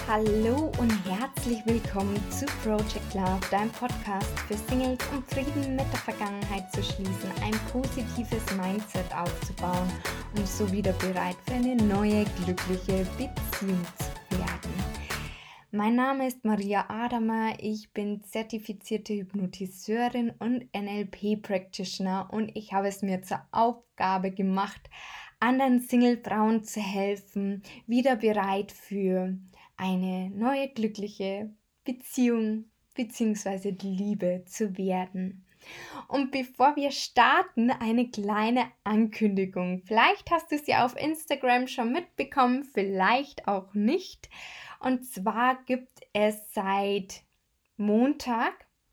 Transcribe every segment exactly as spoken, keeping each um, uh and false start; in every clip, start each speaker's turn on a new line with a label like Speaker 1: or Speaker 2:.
Speaker 1: Hallo und herzlich willkommen zu Project Love, deinem Podcast für Singles, um Frieden mit der Vergangenheit zu schließen, ein positives Mindset aufzubauen und so wieder bereit für eine neue, glückliche Beziehung zu werden. Mein Name ist Maria Adamer, ich bin zertifizierte Hypnotiseurin und N L P-Practitioner und ich habe es mir zur Aufgabe gemacht, anderen Single-Frauen zu helfen, wieder bereit für eine neue glückliche Beziehung bzw. Liebe zu werden. Und bevor wir starten, eine kleine Ankündigung. Vielleicht hast du sie auf Instagram schon mitbekommen, vielleicht auch nicht. Und zwar gibt es seit Montag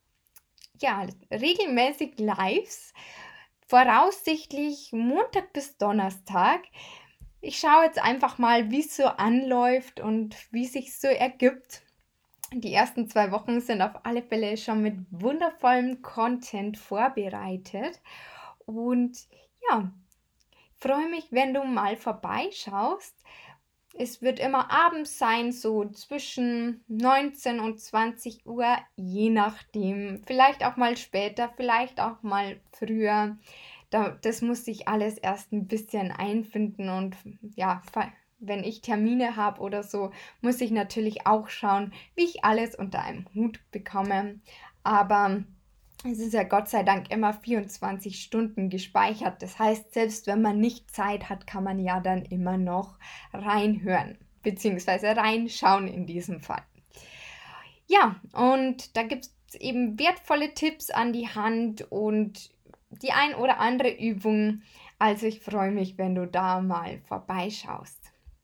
Speaker 1: ja regelmäßig Lives, voraussichtlich Montag bis Donnerstag. Ich schaue jetzt einfach mal, wie es so anläuft und wie es sich so ergibt. Die ersten zwei Wochen sind auf alle Fälle schon mit wundervollem Content vorbereitet. Und ja, freue mich, wenn du mal vorbeischaust. Es wird immer abends sein, so zwischen neunzehn und zwanzig Uhr, je nachdem. Vielleicht auch mal später, vielleicht auch mal früher. Das muss sich alles erst ein bisschen einfinden und ja, wenn ich Termine habe oder so, muss ich natürlich auch schauen, wie ich alles unter einem Hut bekomme. Aber es ist ja Gott sei Dank immer vierundzwanzig Stunden gespeichert. Das heißt, selbst wenn man nicht Zeit hat, kann man ja dann immer noch reinhören, beziehungsweise reinschauen in diesem Fall. Ja, und da gibt es eben wertvolle Tipps an die Hand und die ein oder andere Übung. Also ich freue mich, wenn du da mal vorbeischaust.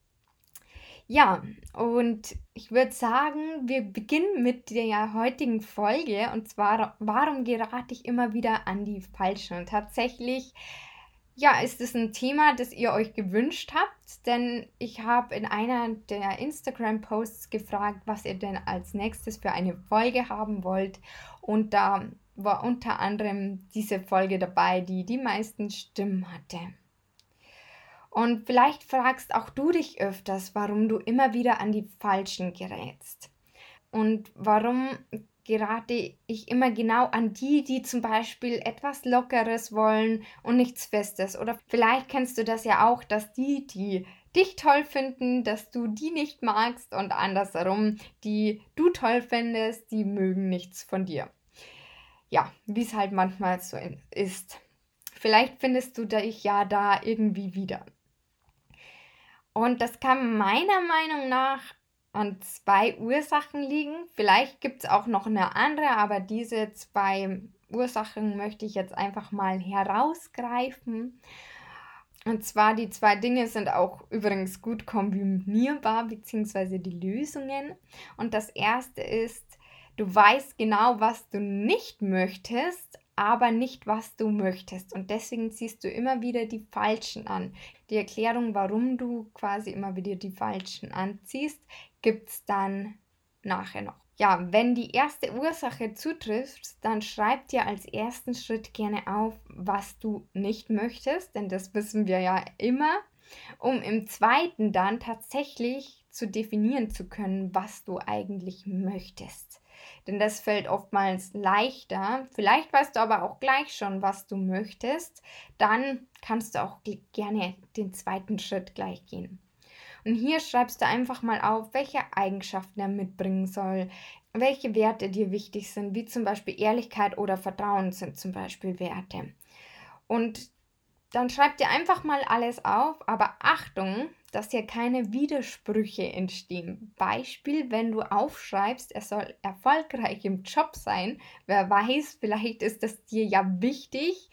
Speaker 1: Ja, und ich würde sagen, wir beginnen mit der heutigen Folge. Und zwar, warum gerate ich immer wieder an die Falschen? Und tatsächlich, ja, ist es ein Thema, das ihr euch gewünscht habt. Denn ich habe in einer der Instagram-Posts gefragt, was ihr denn als nächstes für eine Folge haben wollt. Und da war unter anderem diese Folge dabei, die die meisten Stimmen hatte. Und vielleicht fragst auch du dich öfters, warum du immer wieder an die Falschen gerätst. Und warum gerate ich immer genau an die, die zum Beispiel etwas Lockeres wollen und nichts Festes. Oder vielleicht kennst du das ja auch, dass die, die dich toll finden, dass du die nicht magst und andersherum, die du toll findest, die mögen nichts von dir. Ja, wie es halt manchmal so ist. Vielleicht findest du dich ja da irgendwie wieder. Und das kann meiner Meinung nach an zwei Ursachen liegen. Vielleicht gibt es auch noch eine andere, aber diese zwei Ursachen möchte ich jetzt einfach mal herausgreifen. Und zwar die zwei Dinge sind auch übrigens gut kombinierbar, beziehungsweise die Lösungen. Und das erste ist, du weißt genau, was du nicht möchtest, aber nicht, was du möchtest. Und deswegen ziehst du immer wieder die Falschen an. Die Erklärung, warum du quasi immer wieder die Falschen anziehst, gibt es dann nachher noch. Ja, wenn die erste Ursache zutrifft, dann schreib dir als ersten Schritt gerne auf, was du nicht möchtest, denn das wissen wir ja immer, um im zweiten dann tatsächlich zu definieren zu können, was du eigentlich möchtest. Denn das fällt oftmals leichter. Vielleicht weißt du aber auch gleich schon, was du möchtest. Dann kannst du auch gerne den zweiten Schritt gleich gehen. Und hier schreibst du einfach mal auf, welche Eigenschaften er mitbringen soll, welche Werte dir wichtig sind, wie zum Beispiel Ehrlichkeit oder Vertrauen sind zum Beispiel Werte. Und dann schreib dir einfach mal alles auf, aber Achtung, dass hier keine Widersprüche entstehen. Beispiel, wenn du aufschreibst, er soll erfolgreich im Job sein, wer weiß, vielleicht ist das dir ja wichtig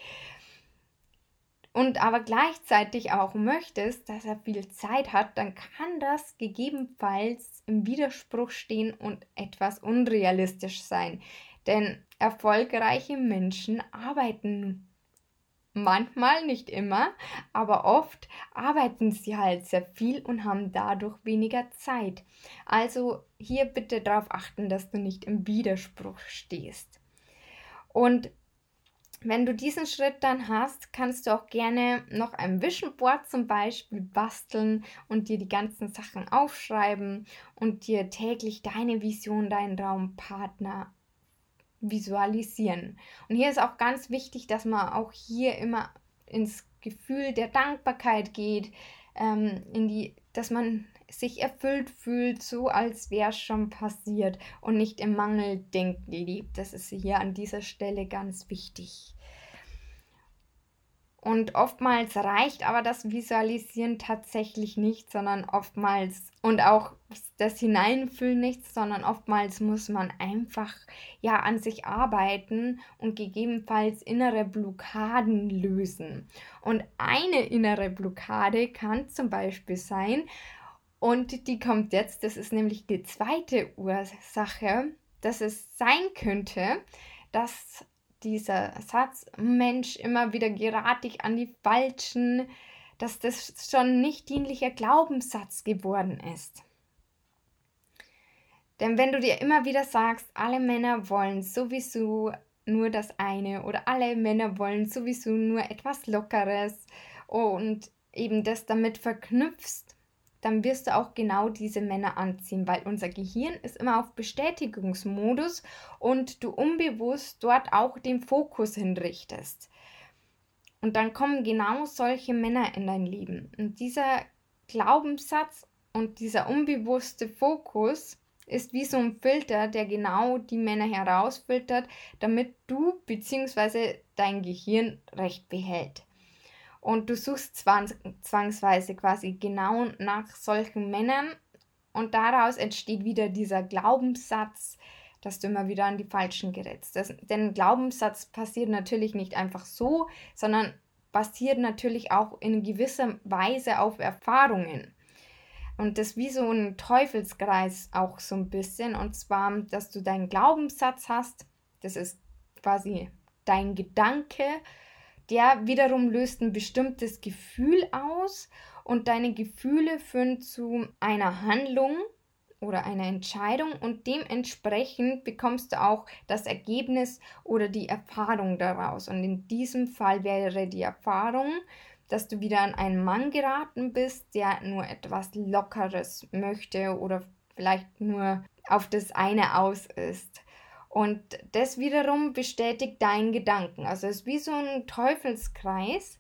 Speaker 1: und aber gleichzeitig auch möchtest, dass er viel Zeit hat, dann kann das gegebenenfalls im Widerspruch stehen und etwas unrealistisch sein. Denn erfolgreiche Menschen arbeiten manchmal, nicht immer, aber oft arbeiten sie halt sehr viel und haben dadurch weniger Zeit. Also hier bitte darauf achten, dass du nicht im Widerspruch stehst. Und Wenn du diesen Schritt dann hast, kannst du auch gerne noch ein Vision Board zum Beispiel basteln und dir die ganzen Sachen aufschreiben und dir täglich deine Vision, deinen Traumpartner visualisieren. Und hier ist auch ganz wichtig, dass man auch hier immer ins Gefühl der Dankbarkeit geht, ähm, in die, dass man sich erfüllt fühlt, so als wäre es schon passiert und nicht im Mangeldenken lebt. Das ist hier an dieser Stelle ganz wichtig. Und oftmals reicht aber das Visualisieren tatsächlich nicht, sondern oftmals und auch das Hineinfühlen nicht, sondern oftmals muss man einfach ja an sich arbeiten und gegebenenfalls innere Blockaden lösen. Und eine innere Blockade kann zum Beispiel sein, und die kommt jetzt, das ist nämlich die zweite Ursache, dass es sein könnte, dass dieser Satz, Mensch, immer wieder gerate ich an die Falschen, dass das schon ein nicht dienlicher Glaubenssatz geworden ist. Denn wenn du dir immer wieder sagst, alle Männer wollen sowieso nur das eine oder alle Männer wollen sowieso nur etwas Lockeres und eben das damit verknüpfst, dann wirst du auch genau diese Männer anziehen, weil unser Gehirn ist immer auf Bestätigungsmodus und du unbewusst dort auch den Fokus hinrichtest. Und dann kommen genau solche Männer in dein Leben. Und dieser Glaubenssatz und dieser unbewusste Fokus ist wie so ein Filter, der genau die Männer herausfiltert, damit du bzw. dein Gehirn Recht behält. Und du suchst zwang, zwangsweise quasi genau nach solchen Männern und daraus entsteht wieder dieser Glaubenssatz, dass du immer wieder an die Falschen gerätst. Das, denn Glaubenssatz passiert natürlich nicht einfach so, sondern basiert natürlich auch in gewisser Weise auf Erfahrungen. Und das ist wie so ein Teufelskreis auch so ein bisschen. Und zwar, dass du deinen Glaubenssatz hast, das ist quasi dein Gedanke, der wiederum löst ein bestimmtes Gefühl aus und deine Gefühle führen zu einer Handlung oder einer Entscheidung und dementsprechend bekommst du auch das Ergebnis oder die Erfahrung daraus. Und in diesem Fall wäre die Erfahrung, dass du wieder an einen Mann geraten bist, der nur etwas Lockeres möchte oder vielleicht nur auf das eine aus ist. Und das wiederum bestätigt deinen Gedanken. Also es ist wie so ein Teufelskreis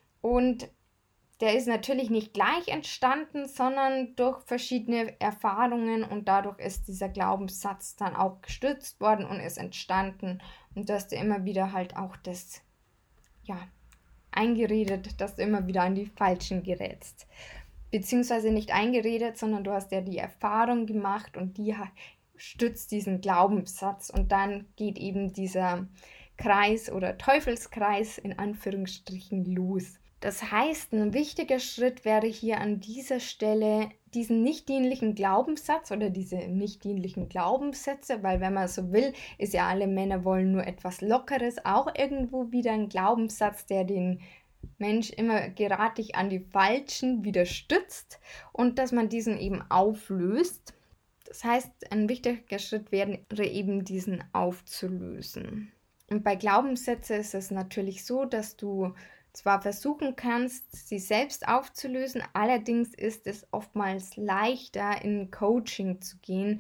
Speaker 1: und der ist natürlich nicht gleich entstanden, sondern durch verschiedene Erfahrungen und dadurch ist dieser Glaubenssatz dann auch gestützt worden und ist entstanden und dass du immer wieder halt auch das, ja, eingeredet, dass du immer wieder an die Falschen gerätst. Beziehungsweise nicht eingeredet, sondern du hast ja die Erfahrung gemacht und die stützt diesen Glaubenssatz und dann geht eben dieser Kreis oder Teufelskreis in Anführungsstrichen los. Das heißt, ein wichtiger Schritt wäre hier an dieser Stelle, diesen nicht dienlichen Glaubenssatz oder diese nicht dienlichen Glaubenssätze, weil wenn man so will, ist ja alle Männer wollen nur etwas Lockeres, auch irgendwo wieder ein Glaubenssatz, der den Mensch immer gerate ich an die Falschen wieder stützt und dass man diesen eben auflöst. Das heißt, ein wichtiger Schritt wäre eben, diesen aufzulösen. Und bei Glaubenssätzen ist es natürlich so, dass du zwar versuchen kannst, sie selbst aufzulösen, allerdings ist es oftmals leichter, in Coaching zu gehen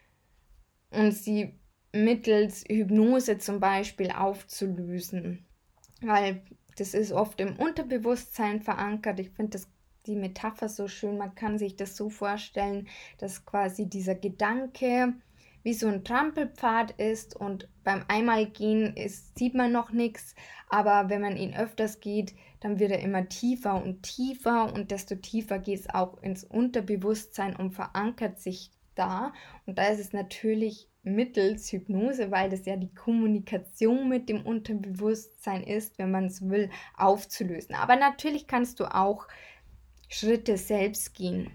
Speaker 1: und sie mittels Hypnose zum Beispiel aufzulösen, weil das ist oft im Unterbewusstsein verankert. Ich finde das die Metapher so schön, man kann sich das so vorstellen, dass quasi dieser Gedanke wie so ein Trampelpfad ist und beim Einmalgehen ist, sieht man noch nichts, aber wenn man ihn öfters geht, dann wird er immer tiefer und tiefer und desto tiefer geht es auch ins Unterbewusstsein und verankert sich da und da ist es natürlich mittels Hypnose, weil das ja die Kommunikation mit dem Unterbewusstsein ist, wenn man es will, aufzulösen. Aber natürlich kannst du auch Schritte selbst gehen.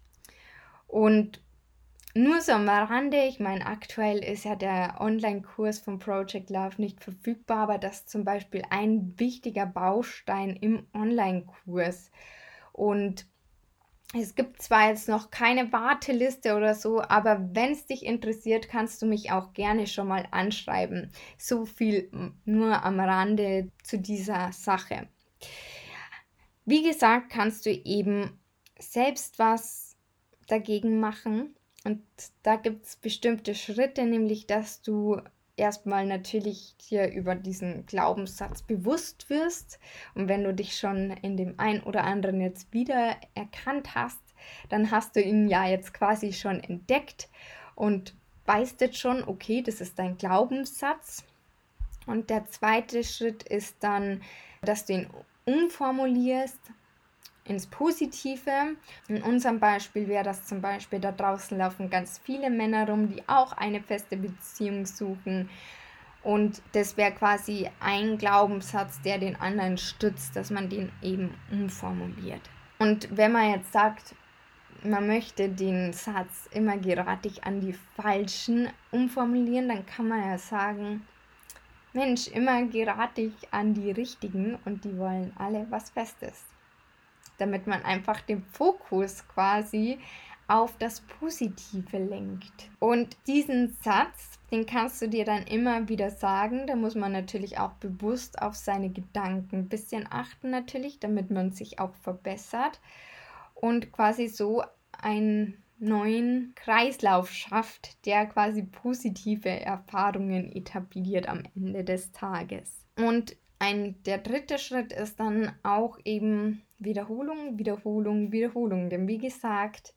Speaker 1: Und nur so am Rande, ich meine, aktuell ist ja der Online-Kurs von Project Love nicht verfügbar, aber das ist zum Beispiel ein wichtiger Baustein im Online-Kurs. Und Es gibt zwar jetzt noch keine Warteliste oder so, aber wenn es dich interessiert, kannst du mich auch gerne schon mal anschreiben. So viel nur am Rande zu dieser Sache. Wie gesagt, kannst du eben selbst was dagegen machen. Und da gibt es bestimmte Schritte, nämlich dass du erstmal natürlich dir über diesen Glaubenssatz bewusst wirst. Und wenn du dich schon in dem einen oder anderen jetzt wieder erkannt hast, dann hast du ihn ja jetzt quasi schon entdeckt und weißt jetzt schon, okay, das ist dein Glaubenssatz. Und der zweite Schritt ist dann, dass du ihn umformulierst ins Positive. In unserem Beispiel wäre das zum Beispiel, da draußen laufen ganz viele Männer rum, die auch eine feste Beziehung suchen. Und das wäre quasi ein Glaubenssatz, der den anderen stützt, dass man den eben umformuliert. Und wenn man jetzt sagt, man möchte den Satz immer gerate ich an die Falschen umformulieren, dann kann man ja sagen, Mensch, immer gerate ich an die Richtigen und die wollen alle was Festes. Damit man einfach den Fokus quasi auf das Positive lenkt. Und diesen Satz, den kannst du dir dann immer wieder sagen. Da muss man natürlich auch bewusst auf seine Gedanken ein bisschen achten natürlich, damit man sich auch verbessert und quasi so einen neuen Kreislauf schafft, der quasi positive Erfahrungen etabliert am Ende des Tages. Und ein, der dritte Schritt ist dann auch eben Wiederholung, Wiederholung, Wiederholung. Denn wie gesagt,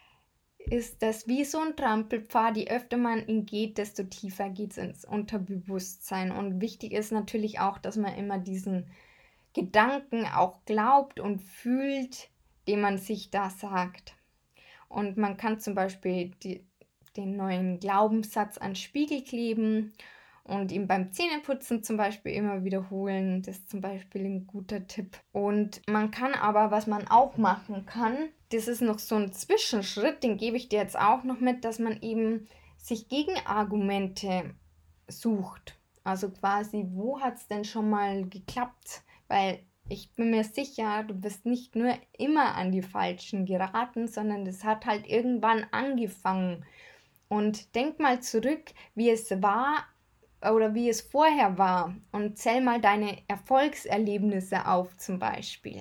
Speaker 1: ist das wie so ein Trampelpfad. Je öfter man ihn geht, desto tiefer geht es ins Unterbewusstsein. Und wichtig ist natürlich auch, dass man immer diesen Gedanken auch glaubt und fühlt, den man sich da sagt. Und man kann zum Beispiel die, den neuen Glaubenssatz an den Spiegel kleben und ihn beim Zähneputzen zum Beispiel immer wiederholen. Das ist zum Beispiel ein guter Tipp. Und man kann aber, was man auch machen kann, das ist noch so ein Zwischenschritt, den gebe ich dir jetzt auch noch mit, dass man eben sich Gegenargumente sucht. Also quasi, wo hat es denn schon mal geklappt? Weil ich bin mir sicher, du bist nicht nur immer an die Falschen geraten, sondern das hat halt irgendwann angefangen. Und denk mal zurück, wie es war oder wie es vorher war und zähl mal deine Erfolgserlebnisse auf zum Beispiel.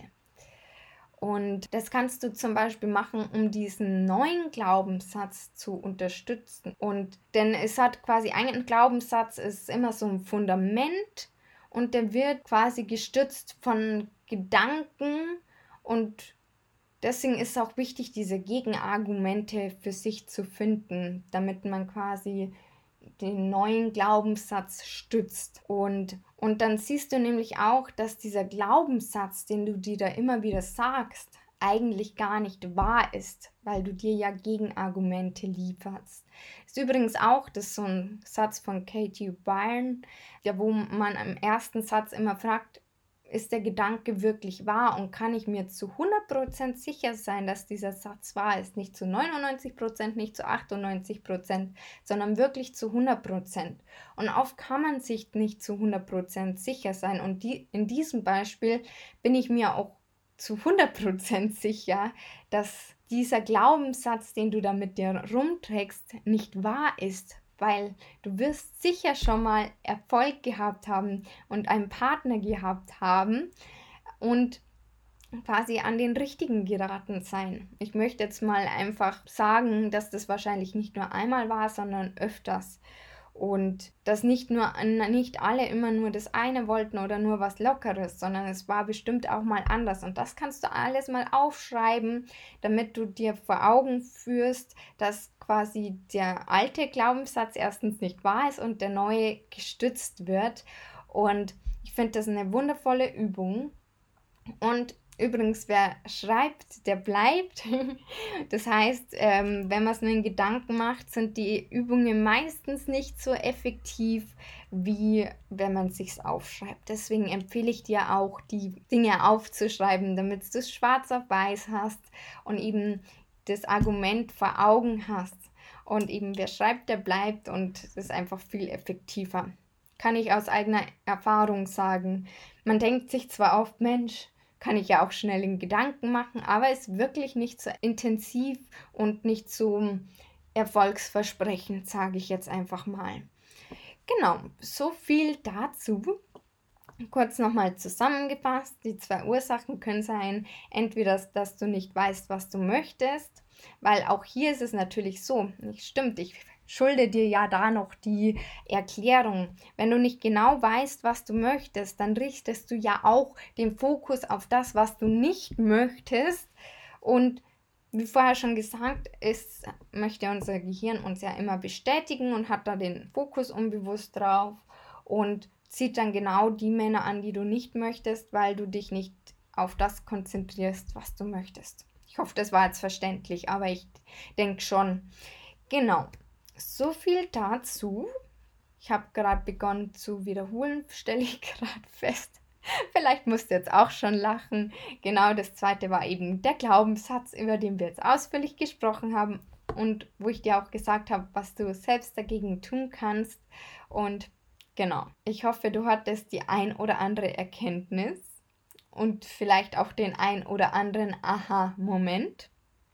Speaker 1: Und das kannst du zum Beispiel machen, um diesen neuen Glaubenssatz zu unterstützen. Und denn es hat quasi ein Glaubenssatz, ist immer so ein Fundament und der wird quasi gestützt von Gedanken und deswegen ist es auch wichtig, diese Gegenargumente für sich zu finden, damit man quasi den neuen Glaubenssatz stützt. Und, und dann siehst du nämlich auch, dass dieser Glaubenssatz, den du dir da immer wieder sagst, eigentlich gar nicht wahr ist, weil du dir ja Gegenargumente lieferst. Ist übrigens auch das ist so ein Satz von Katie Byron, ja, wo man im ersten Satz immer fragt, ist der Gedanke wirklich wahr und kann ich mir zu hundert Prozent sicher sein, dass dieser Satz wahr ist? Nicht zu neunundneunzig Prozent, nicht zu achtundneunzig Prozent, sondern wirklich zu hundert Prozent. Und oft kann man sich nicht zu hundert Prozent sicher sein. Und die, in diesem Beispiel bin ich mir auch zu hundert Prozent sicher, dass dieser Glaubenssatz, den du da mit dir rumträgst, nicht wahr ist. Weil du wirst sicher schon mal Erfolg gehabt haben und einen Partner gehabt haben und quasi an den richtigen geraten sein. Ich möchte jetzt mal einfach sagen, dass das wahrscheinlich nicht nur einmal war, sondern öfters. Und dass nicht nur nicht alle immer nur das eine wollten oder nur was Lockeres, sondern es war bestimmt auch mal anders. Und das kannst du alles mal aufschreiben, damit du dir vor Augen führst, dass quasi der alte Glaubenssatz erstens nicht wahr ist und der neue gestützt wird. Und ich finde das eine wundervolle Übung. Und übrigens, wer schreibt, der bleibt. Das heißt, ähm, wenn man es nur in Gedanken macht, sind die Übungen meistens nicht so effektiv, wie wenn man es sich aufschreibt. Deswegen empfehle ich dir auch, die Dinge aufzuschreiben, damit du es schwarz auf weiß hast und eben das Argument vor Augen hast. Und eben, wer schreibt, der bleibt und es ist einfach viel effektiver. Kann ich aus eigener Erfahrung sagen. Man denkt sich zwar oft, Mensch, kann ich ja auch schnell in Gedanken machen, aber ist wirklich nicht so intensiv und nicht so erfolgsversprechend, sage ich jetzt einfach mal. Genau, so viel dazu. Kurz nochmal zusammengefasst, die zwei Ursachen können sein, entweder, dass du nicht weißt, was du möchtest, weil auch hier ist es natürlich so, nicht stimmt, ich schulde dir ja da noch die Erklärung. Wenn du nicht genau weißt, was du möchtest, dann richtest du ja auch den Fokus auf das, was du nicht möchtest. Und wie vorher schon gesagt, ist, möchte unser Gehirn uns ja immer bestätigen und hat da den Fokus unbewusst drauf und zieht dann genau die Männer an, die du nicht möchtest, weil du dich nicht auf das konzentrierst, was du möchtest. Ich hoffe, das war jetzt verständlich, aber ich denke schon. Genau, so viel dazu. Ich habe gerade begonnen zu wiederholen, stelle ich gerade fest. Vielleicht musst du jetzt auch schon lachen. Genau, das zweite war eben der Glaubenssatz, über den wir jetzt ausführlich gesprochen haben und wo ich dir auch gesagt habe, was du selbst dagegen tun kannst. Und genau, ich hoffe, du hattest die ein oder andere Erkenntnis und vielleicht auch den ein oder anderen Aha-Moment.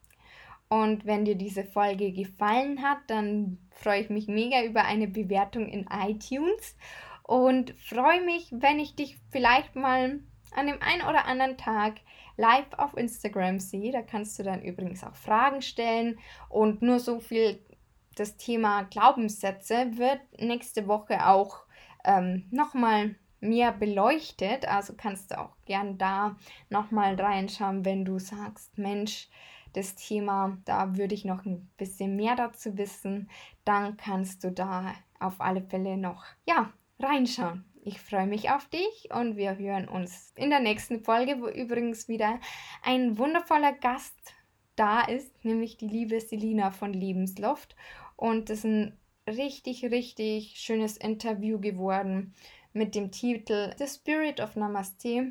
Speaker 1: Und wenn dir diese Folge gefallen hat, dann freue ich mich mega über eine Bewertung in iTunes und freue mich, wenn ich dich vielleicht mal an dem einen oder anderen Tag live auf Instagram sehe. Da kannst du dann übrigens auch Fragen stellen und nur so viel, das Thema Glaubenssätze wird nächste Woche auch ähm, nochmal mehr beleuchtet. Also kannst du auch gern da nochmal reinschauen, wenn du sagst, Mensch, das Thema, da würde ich noch ein bisschen mehr dazu wissen, dann kannst du da auf alle Fälle noch, ja, reinschauen. Ich freue mich auf dich und wir hören uns in der nächsten Folge, wo übrigens wieder ein wundervoller Gast da ist, nämlich die liebe Selina von Lebensluft. Und das ist ein richtig, richtig schönes Interview geworden mit dem Titel The Spirit of Namaste.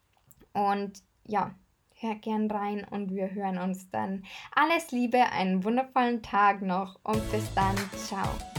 Speaker 1: Und ja, hör gern rein und wir hören uns dann. Alles Liebe, einen wundervollen Tag noch und bis dann. Ciao.